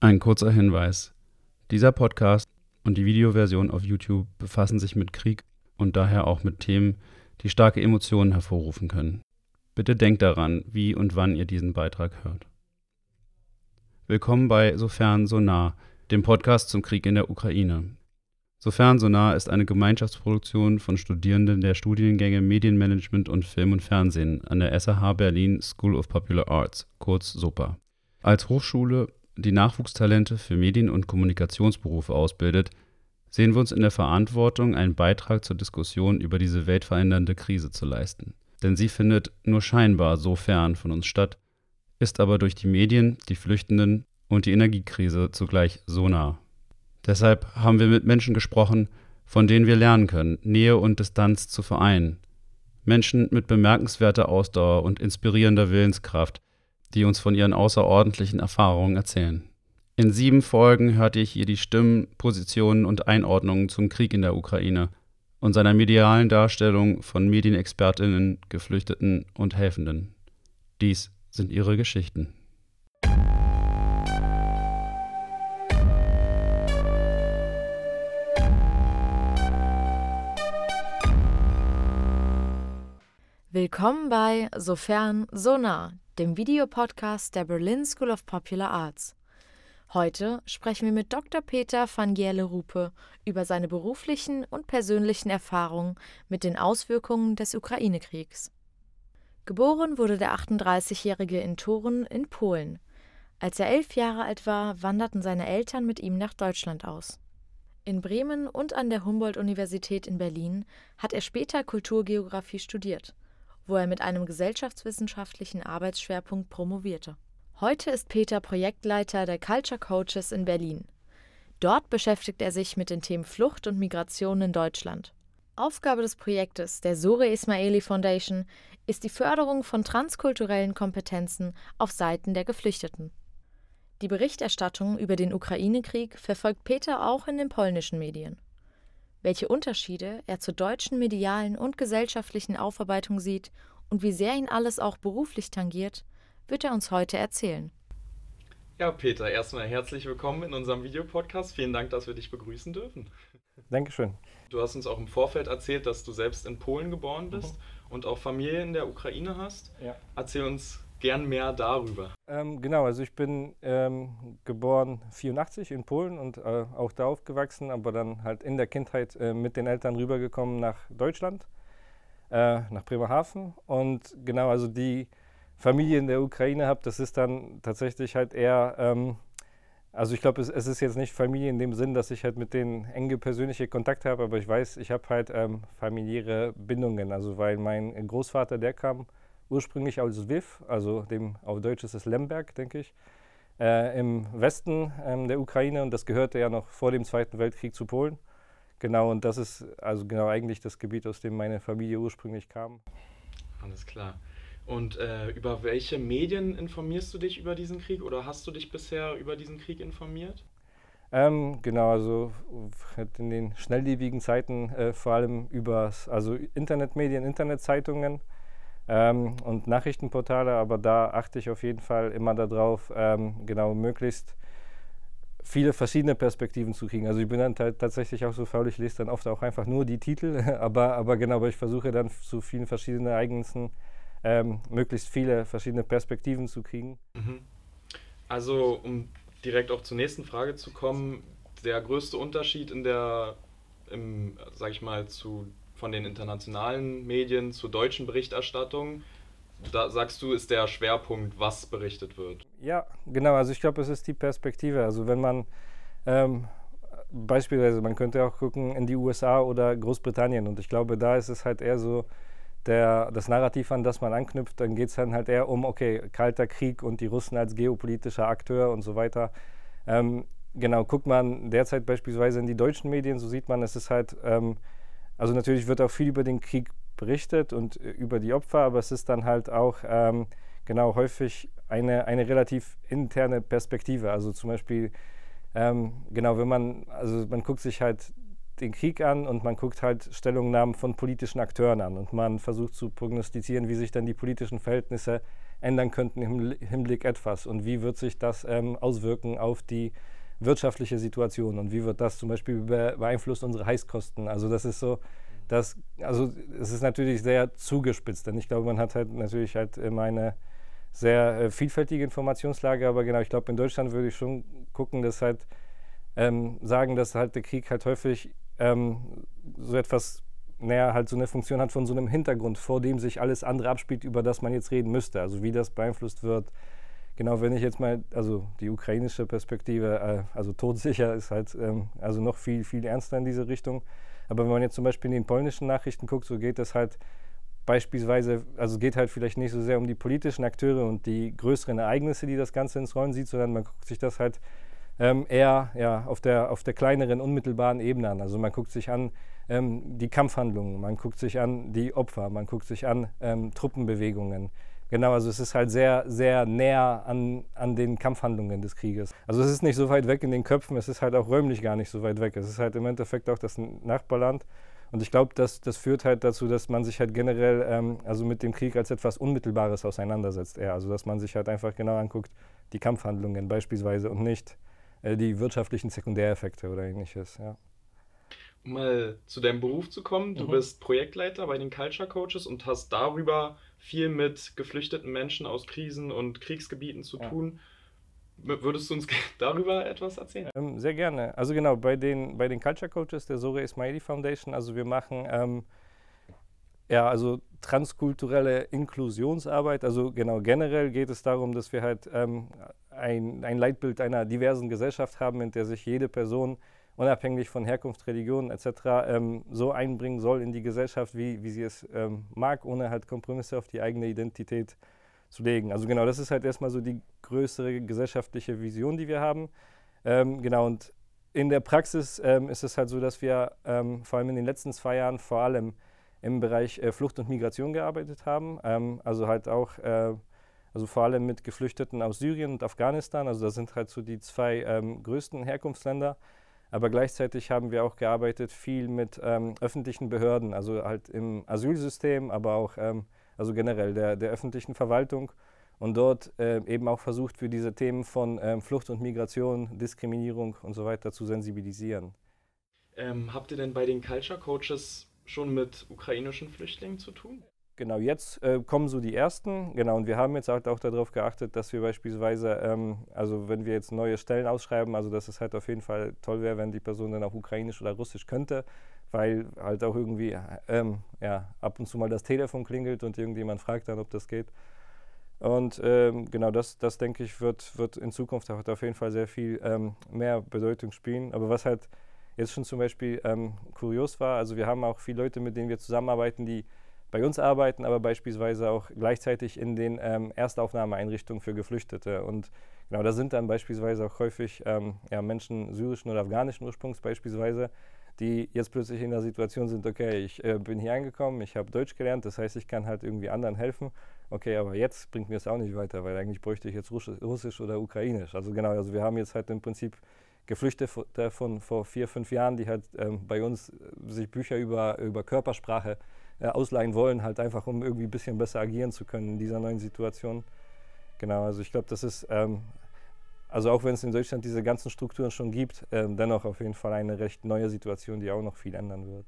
Ein kurzer Hinweis. Dieser Podcast und die Videoversion auf YouTube befassen sich mit Krieg und daher auch mit Themen, die starke Emotionen hervorrufen können. Bitte denkt daran, wie und wann ihr diesen Beitrag hört. Willkommen bei Sofern so nah, dem Podcast zum Krieg in der Ukraine. Sofern so nah ist eine Gemeinschaftsproduktion von Studierenden der Studiengänge Medienmanagement und Film und Fernsehen an der SAH Berlin School of Popular Arts, kurz SOPA. Als Hochschule, die Nachwuchstalente für Medien- und Kommunikationsberufe ausbildet, sehen wir uns in der Verantwortung, einen Beitrag zur Diskussion über diese weltverändernde Krise zu leisten. Denn sie findet nur scheinbar so fern von uns statt, ist aber durch die Medien, die Flüchtenden und die Energiekrise zugleich so nah. Deshalb haben wir mit Menschen gesprochen, von denen wir lernen können, Nähe und Distanz zu vereinen. Menschen mit bemerkenswerter Ausdauer und inspirierender Willenskraft, die uns von ihren außerordentlichen Erfahrungen erzählen. In 7 Folgen hörte ich hier die Stimmen, Positionen und Einordnungen zum Krieg in der Ukraine und seiner medialen Darstellung von MedienexpertInnen, Geflüchteten und Helfenden. Dies sind ihre Geschichten. Willkommen bei Sofern so nah, dem Videopodcast der Berlin School of Popular Arts. Heute sprechen wir mit Dr. Peter van Geerle-Rupe über seine beruflichen und persönlichen Erfahrungen mit den Auswirkungen des Ukraine-Kriegs. Geboren wurde der 38-Jährige in Toruń in Polen. Als er 11 Jahre alt war, wanderten seine Eltern mit ihm nach Deutschland aus. In Bremen und an der Humboldt-Universität in Berlin hat er später Kulturgeografie studiert, wo er mit einem gesellschaftswissenschaftlichen Arbeitsschwerpunkt promovierte. Heute ist Peter Projektleiter der Culture Coaches in Berlin. Dort beschäftigt er sich mit den Themen Flucht und Migration in Deutschland. Aufgabe des Projektes der Sure Ismaili Foundation ist die Förderung von transkulturellen Kompetenzen auf Seiten der Geflüchteten. Die Berichterstattung über den Ukraine-Krieg verfolgt Peter auch in den polnischen Medien. Welche Unterschiede er zur deutschen medialen und gesellschaftlichen Aufarbeitung sieht und wie sehr ihn alles auch beruflich tangiert, wird er uns heute erzählen. Ja, Peter, erstmal herzlich willkommen in unserem Videopodcast. Vielen Dank, dass wir dich begrüßen dürfen. Dankeschön. Du hast uns auch im Vorfeld erzählt, dass du selbst in Polen geboren bist und auch Familie in der Ukraine hast. Ja. Erzähl uns gern mehr darüber. Genau, also ich bin geboren 84 in Polen und auch da aufgewachsen, aber dann halt in der Kindheit mit den Eltern rübergekommen nach Deutschland, nach Bremerhaven. Und genau, also die Familie in der Ukraine habe, das ist dann tatsächlich halt eher, also ich glaube, es ist jetzt nicht Familie in dem Sinn, dass ich halt mit denen enge persönliche Kontakte habe, aber ich weiß, ich habe halt familiäre Bindungen, also weil mein Großvater, der kam ursprünglich aus Lviv, also auf Deutsch ist es Lemberg, denke ich, im Westen der Ukraine, und das gehörte ja noch vor dem Zweiten Weltkrieg zu Polen. Genau, und das ist also genau eigentlich das Gebiet, aus dem meine Familie ursprünglich kam. Alles klar. Und über welche Medien informierst du dich über diesen Krieg oder hast du dich bisher über diesen Krieg informiert? Genau, also in den schnelllebigen Zeiten vor allem über Internetmedien, Internetzeitungen, und Nachrichtenportale, aber da achte ich auf jeden Fall immer darauf, genau möglichst viele verschiedene Perspektiven zu kriegen. Also ich bin dann tatsächlich auch so faul, ich lese dann oft auch einfach nur die Titel, aber ich versuche dann zu vielen verschiedenen Ereignissen möglichst viele verschiedene Perspektiven zu kriegen. Also um direkt auch zur nächsten Frage zu kommen, der größte Unterschied sag ich mal, von den internationalen Medien zur deutschen Berichterstattung, da sagst du, ist der Schwerpunkt, was berichtet wird? Ja, genau, also ich glaube, es ist die Perspektive. Also wenn man beispielsweise, man könnte auch gucken in die USA oder Großbritannien, und ich glaube, da ist es halt eher so, das Narrativ, an das man anknüpft, dann geht es dann halt eher um, okay, Kalter Krieg und die Russen als geopolitischer Akteur und so weiter. Genau, guckt man derzeit beispielsweise in die deutschen Medien, so sieht man, es ist halt, also natürlich wird auch viel über den Krieg berichtet und über die Opfer, aber es ist dann halt auch genau häufig eine relativ interne Perspektive. Also zum Beispiel, genau, man guckt sich halt den Krieg an und man guckt halt Stellungnahmen von politischen Akteuren an und man versucht zu prognostizieren, wie sich dann die politischen Verhältnisse ändern könnten im Hinblick etwas und wie wird sich das auswirken auf die wirtschaftliche Situation und wie wird das zum Beispiel beeinflusst unsere Heizkosten. Also das ist so, es ist natürlich sehr zugespitzt, denn ich glaube, man hat halt natürlich halt immer eine sehr vielfältige Informationslage, aber genau, ich glaube, in Deutschland würde ich schon gucken, dass halt sagen, dass halt der Krieg halt häufig so etwas näher halt so eine Funktion hat von so einem Hintergrund, vor dem sich alles andere abspielt, über das man jetzt reden müsste. Also wie das beeinflusst wird. Genau, wenn ich jetzt mal, also die ukrainische Perspektive, also todsicher ist halt also noch viel, viel ernster in diese Richtung. Aber wenn man jetzt zum Beispiel in den polnischen Nachrichten guckt, so geht es halt beispielsweise, also geht halt vielleicht nicht so sehr um die politischen Akteure und die größeren Ereignisse, die das Ganze ins Rollen sieht, sondern man guckt sich das halt eher ja, auf der kleineren, unmittelbaren Ebene an. Also man guckt sich an die Kampfhandlungen, man guckt sich an die Opfer, man guckt sich an Truppenbewegungen. Genau, also es ist halt sehr, sehr näher an den Kampfhandlungen des Krieges. Also es ist nicht so weit weg in den Köpfen, es ist halt auch räumlich gar nicht so weit weg. Es ist halt im Endeffekt auch das Nachbarland. Und ich glaube, das führt halt dazu, dass man sich halt generell also mit dem Krieg als etwas Unmittelbares auseinandersetzt. Eher. Also dass man sich halt einfach genau anguckt, die Kampfhandlungen beispielsweise und nicht die wirtschaftlichen Sekundäreffekte oder ähnliches. Ja. Um mal zu deinem Beruf zu kommen, du bist Projektleiter bei den Culture Coaches und hast darüber viel mit geflüchteten Menschen aus Krisen und Kriegsgebieten zu tun. Würdest du uns darüber etwas erzählen? Sehr gerne. Also genau, bei den Culture Coaches der Sore Ismaili Foundation, also wir machen also transkulturelle Inklusionsarbeit. Also genau, generell geht es darum, dass wir halt ein Leitbild einer diversen Gesellschaft haben, in der sich jede Person unabhängig von Herkunft, Religion etc. So einbringen soll in die Gesellschaft, wie sie es mag, ohne halt Kompromisse auf die eigene Identität zu legen. Also genau, das ist halt erstmal so die größere gesellschaftliche Vision, die wir haben. Genau, und in der Praxis ist es halt so, dass wir vor allem in den letzten 2 Jahren vor allem im Bereich Flucht und Migration gearbeitet haben. Also halt auch, also vor allem mit Geflüchteten aus Syrien und Afghanistan. Also das sind halt so die 2 größten Herkunftsländer. Aber gleichzeitig haben wir auch gearbeitet viel mit öffentlichen Behörden, also halt im Asylsystem, aber auch also generell der öffentlichen Verwaltung. Und dort eben auch versucht, für diese Themen von Flucht und Migration, Diskriminierung und so weiter zu sensibilisieren. Habt ihr denn bei den Culture Coaches schon mit ukrainischen Flüchtlingen zu tun? Genau, jetzt kommen so die ersten. Genau, und wir haben jetzt halt auch darauf geachtet, dass wir beispielsweise, also wenn wir jetzt neue Stellen ausschreiben, also dass es halt auf jeden Fall toll wäre, wenn die Person dann auch Ukrainisch oder Russisch könnte, weil halt auch irgendwie ab und zu mal das Telefon klingelt und irgendjemand fragt dann, ob das geht. Und genau, das denke ich, wird in Zukunft auch auf jeden Fall sehr viel mehr Bedeutung spielen. Aber was halt jetzt schon zum Beispiel kurios war, also wir haben auch viele Leute, mit denen wir zusammenarbeiten, die bei uns arbeiten, aber beispielsweise auch gleichzeitig in den Erstaufnahmeeinrichtungen für Geflüchtete. Und genau, da sind dann beispielsweise auch häufig Menschen syrischen oder afghanischen Ursprungs beispielsweise, die jetzt plötzlich in der Situation sind, okay, ich bin hier angekommen, ich habe Deutsch gelernt, das heißt, ich kann halt irgendwie anderen helfen. Okay, aber jetzt bringt mir es auch nicht weiter, weil eigentlich bräuchte ich jetzt Russisch oder Ukrainisch. Also genau, also wir haben jetzt halt im Prinzip Geflüchtete von vor 4, 5 Jahren, die halt bei uns sich Bücher über Körpersprache ausleihen wollen, halt einfach, um irgendwie ein bisschen besser agieren zu können in dieser neuen Situation. Genau, also ich glaube, das ist, also auch wenn es in Deutschland diese ganzen Strukturen schon gibt, dennoch auf jeden Fall eine recht neue Situation, die auch noch viel ändern wird.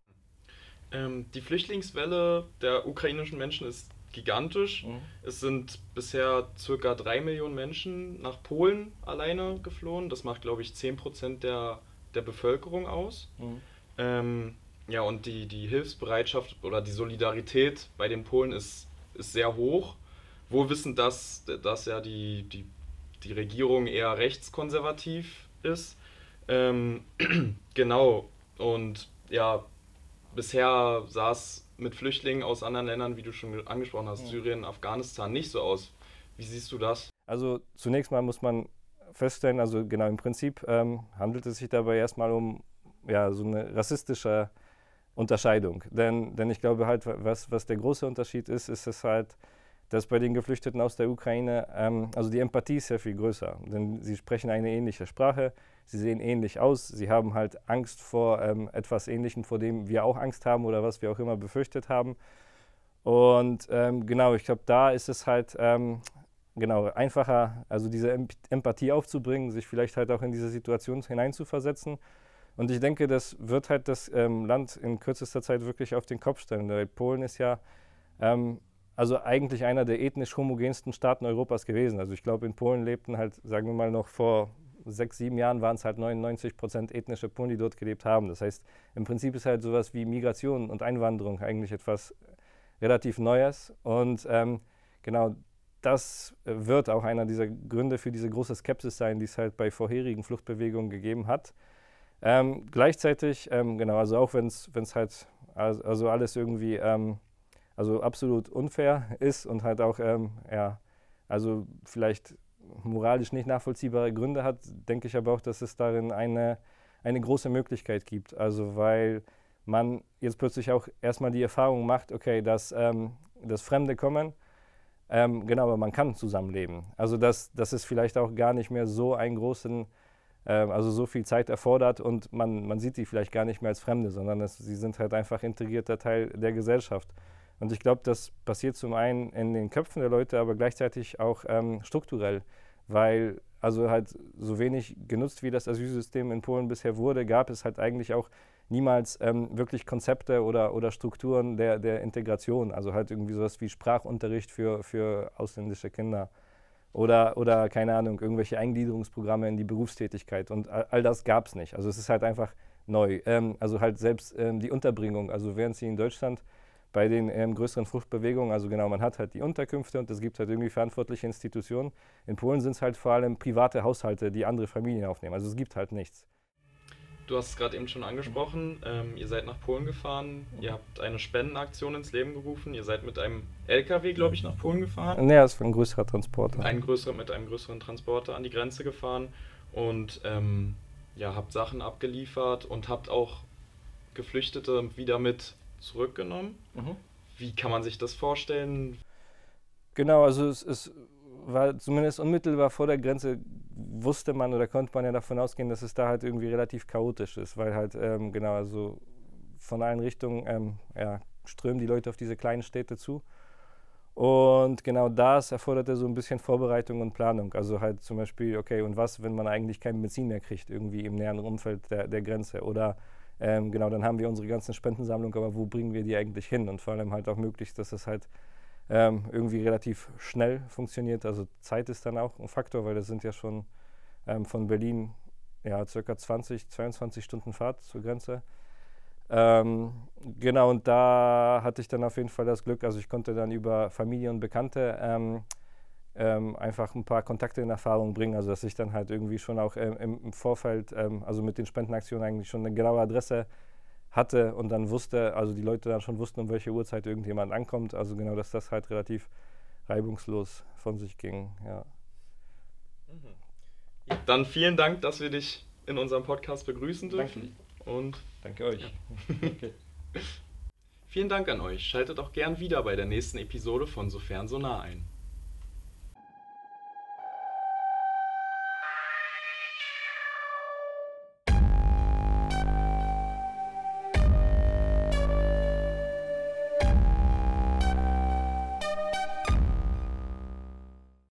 Die Flüchtlingswelle der ukrainischen Menschen ist gigantisch. Es sind bisher ca. 3 Millionen Menschen nach Polen alleine geflohen. Das macht, glaube ich, 10% der Bevölkerung aus. Und die Hilfsbereitschaft oder die Solidarität bei den Polen ist sehr hoch. Wohl wissend, dass ja die Regierung eher rechtskonservativ ist. Genau. Und ja, bisher sah es mit Flüchtlingen aus anderen Ländern, wie du schon angesprochen hast, Syrien, Afghanistan, nicht so aus. Wie siehst du das? Also zunächst mal muss man feststellen, also genau im Prinzip handelt es sich dabei erstmal um so eine rassistische Unterscheidung. Denn ich glaube halt, was der große Unterschied ist es halt, dass bei den Geflüchteten aus der Ukraine, also die Empathie ist sehr viel größer. Denn sie sprechen eine ähnliche Sprache, sie sehen ähnlich aus, sie haben halt Angst vor etwas Ähnlichem, vor dem wir auch Angst haben oder was wir auch immer befürchtet haben. Und genau, ich glaube, da ist es halt genau einfacher, also diese Empathie aufzubringen, sich vielleicht halt auch in diese Situation hineinzuversetzen. Und ich denke, das wird halt das Land in kürzester Zeit wirklich auf den Kopf stellen. Weil Polen ist ja also eigentlich einer der ethnisch homogensten Staaten Europas gewesen. Also ich glaube, in Polen lebten halt, sagen wir mal, noch vor 6, 7 Jahren waren es halt 99% ethnische Polen, die dort gelebt haben. Das heißt, im Prinzip ist halt sowas wie Migration und Einwanderung eigentlich etwas relativ Neues. Und genau das wird auch einer dieser Gründe für diese große Skepsis sein, die es halt bei vorherigen Fluchtbewegungen gegeben hat. Gleichzeitig, genau, also auch wenn es halt also alles irgendwie also absolut unfair ist und halt auch, ja, also vielleicht moralisch nicht nachvollziehbare Gründe hat, denke ich aber auch, dass es darin eine große Möglichkeit gibt. Also weil man jetzt plötzlich auch erstmal die Erfahrung macht, okay, dass Fremde kommen, genau, aber man kann zusammenleben. Also dass es vielleicht auch gar nicht mehr so einen großen, also so viel Zeit erfordert und man sieht die vielleicht gar nicht mehr als Fremde, sondern sie sind halt einfach integrierter Teil der Gesellschaft. Und ich glaube, das passiert zum einen in den Köpfen der Leute, aber gleichzeitig auch strukturell, weil also halt so wenig genutzt wie das Asylsystem in Polen bisher wurde, gab es halt eigentlich auch niemals wirklich Konzepte oder Strukturen der Integration, also halt irgendwie sowas wie Sprachunterricht für ausländische Kinder oder keine Ahnung, irgendwelche Eingliederungsprogramme in die Berufstätigkeit und all das gab es nicht. Also es ist halt einfach neu. Also halt selbst die Unterbringung, also während sie in Deutschland bei den größeren Fluchtbewegungen, also genau, man hat halt die Unterkünfte und es gibt halt irgendwie verantwortliche Institutionen. In Polen sind es halt vor allem private Haushalte, die andere Familien aufnehmen. Also es gibt halt nichts. Du hast es gerade eben schon angesprochen, ihr seid nach Polen gefahren, ihr habt eine Spendenaktion ins Leben gerufen, ihr seid mit einem LKW, glaube ich, nach Polen gefahren. Nee, das war ein größerer Transporter. Mit einem größeren Transporter an die Grenze gefahren und ja, habt Sachen abgeliefert und habt auch Geflüchtete wieder mit zurückgenommen. Wie kann man sich das vorstellen? Genau, also es war zumindest unmittelbar vor der Grenze, wusste man oder konnte man ja davon ausgehen, dass es da halt irgendwie relativ chaotisch ist, weil halt genau, also von allen Richtungen ja, strömen die Leute auf diese kleinen Städte zu. Und genau das erforderte so ein bisschen Vorbereitung und Planung. Also halt zum Beispiel, okay, und was, wenn man eigentlich kein Benzin mehr kriegt, irgendwie im näheren Umfeld der Grenze? Oder genau, dann haben wir unsere ganzen Spendensammlungen, aber wo bringen wir die eigentlich hin? Und vor allem halt auch möglichst, dass es halt irgendwie relativ schnell funktioniert. Also Zeit ist dann auch ein Faktor, weil das sind ja schon von Berlin ja circa 22 Stunden Fahrt zur Grenze. Genau, und da hatte ich dann auf jeden Fall das Glück, also ich konnte dann über Familie und Bekannte einfach ein paar Kontakte in Erfahrung bringen, also dass ich dann halt irgendwie schon auch im Vorfeld, also mit den Spendenaktionen eigentlich schon eine genaue Adresse hatte und dann wusste, also die Leute dann schon wussten, um welche Uhrzeit irgendjemand ankommt, also genau, dass das halt relativ reibungslos von sich ging, ja. Ja, dann vielen Dank, dass wir dich in unserem Podcast begrüßen dürfen. Und danke euch. Ja. Okay. Vielen Dank an euch. Schaltet auch gern wieder bei der nächsten Episode von Sofern so nah ein.